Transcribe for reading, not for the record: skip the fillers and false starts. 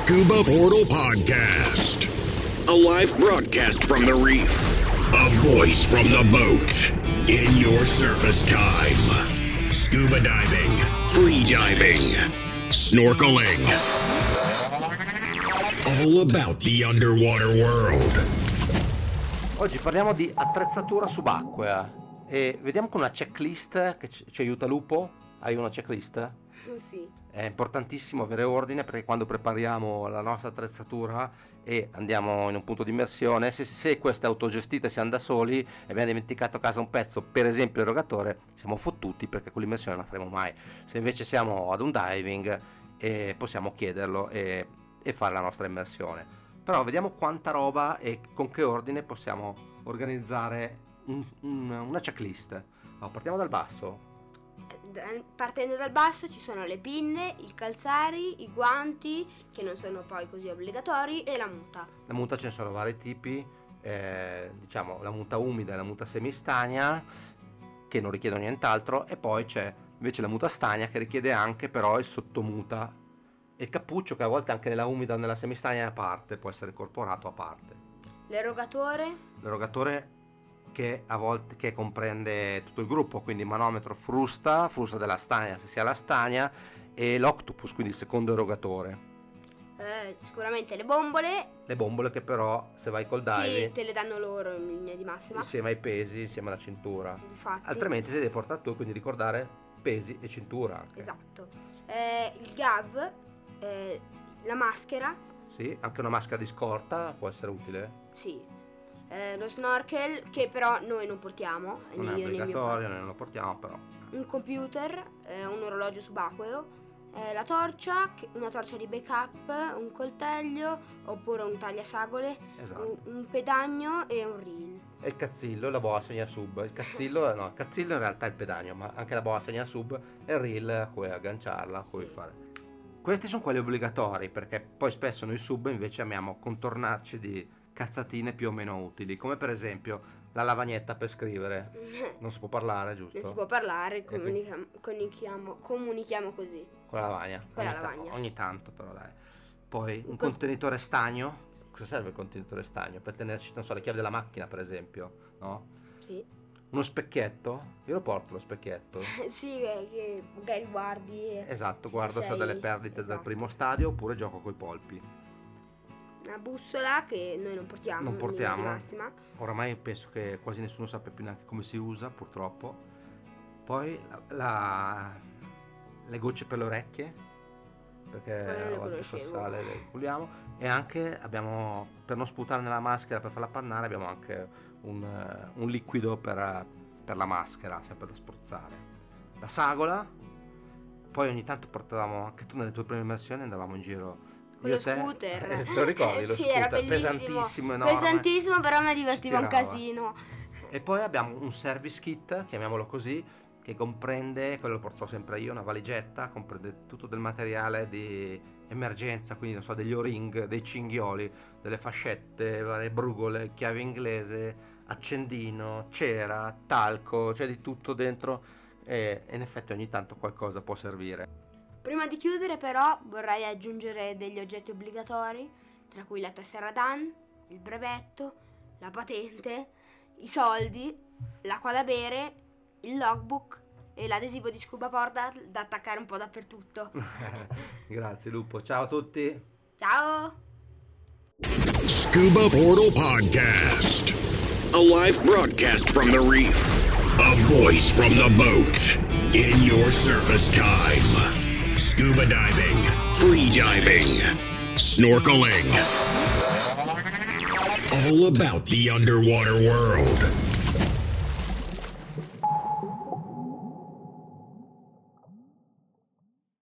Scuba Portal Podcast. A live broadcast from the reef. A voice from the boat. In your surface time. Scuba diving. Free diving. Snorkeling. All about the underwater world. Oggi parliamo di attrezzatura subacquea e vediamo con una checklist che ci aiuta. Lupo, hai una checklist? Sì. È importantissimo avere ordine, perché quando prepariamo la nostra attrezzatura e andiamo in un punto di immersione, se questa è autogestita, siamo da soli e abbiamo dimenticato a casa un pezzo, per esempio l'erogatore, siamo fottuti, perché con l'immersione non la faremo mai. Se invece siamo ad un diving possiamo chiederlo e fare la nostra immersione. Però vediamo quanta roba e con che ordine possiamo organizzare una checklist. Allora, partiamo dal basso. Partendo dal basso ci sono le pinne, il calzari, i guanti, che non sono poi così obbligatori, e la muta. La muta ce ne sono vari tipi, diciamo la muta umida e la muta semistagna, che non richiedono nient'altro, e poi c'è invece la muta stagna, che richiede anche però il sottomuta, e il cappuccio, che a volte anche nella umida o nella semistagna è a parte, può essere incorporato a parte. L'erogatore che a volte comprende tutto il gruppo, quindi manometro, frusta della stagna se si ha la stagna, e l'octopus, quindi il secondo erogatore. Sicuramente le bombole Che però se vai col diving sì, te le danno loro in linea di massima, insieme ai pesi, insieme alla cintura. Infatti. Altrimenti se devi portare tu, quindi ricordare pesi e cintura anche. Esatto. Il gav, la maschera. Sì, anche una maschera di scorta può essere utile. Sì. Lo snorkel, che però noi non portiamo, non è obbligatorio, noi non lo portiamo, però un computer, un orologio subacqueo, la torcia, una torcia di backup, un coltello oppure un tagliasagole, esatto. un pedagno e un reel. E il cazzillo e la boa segna sub. Il cazzillo in realtà è il pedagno, ma anche la boa segna sub e il reel puoi agganciarla, puoi fare. Questi sono quelli obbligatori, perché poi spesso noi sub invece amiamo contornarci di cazzatine più o meno utili, come per esempio la lavagnetta per scrivere. Non si può parlare, giusto? Non si può parlare, comunichiamo così. Con la lavagna. Ogni tanto però, dai. Poi un contenitore stagno. Cosa serve il contenitore stagno? Per tenerci, non so, le chiavi della macchina, per esempio, no? Sì. Uno specchietto? Io lo porto lo specchietto. Sì, che magari guardi. Esatto, guardo se ho delle perdite dal primo stadio, oppure gioco coi polpi. Una bussola che noi non portiamo. Non portiamo. Massima. Oramai penso che quasi nessuno sappia più neanche come si usa, purtroppo. Poi le gocce per le orecchie, perché a volte sale, le puliamo. E anche abbiamo, per non sputare nella maschera, per farla appannare, abbiamo anche un liquido per la maschera, sempre da spruzzare. La sagola. Poi ogni tanto portavamo, anche tu nelle tue prime immersioni andavamo in giro con lo scooter. Te lo ricordi? Lo sì, scooter era pesantissimo, enorme. Pesantissimo, però mi divertiva un casino. E poi abbiamo un service kit, chiamiamolo così, che comprende, quello lo porto sempre io, una valigetta, comprende tutto del materiale di emergenza, quindi non so, degli o-ring, dei cinghioli, delle fascette, varie brugole, chiave inglese, accendino, cera, talco, c'è di tutto dentro, e in effetti ogni tanto qualcosa può servire. Prima di chiudere però vorrei aggiungere degli oggetti obbligatori, tra cui la tessera DAN, il brevetto, la patente, i soldi, l'acqua da bere, il logbook e l'adesivo di Scuba Portal da attaccare un po' dappertutto. Grazie Lupo, ciao a tutti. Ciao. Scuba Portal Podcast. A live broadcast from the reef. A voice from the boat. In your surface time. Scuba diving, free diving, snorkeling. All about the underwater world.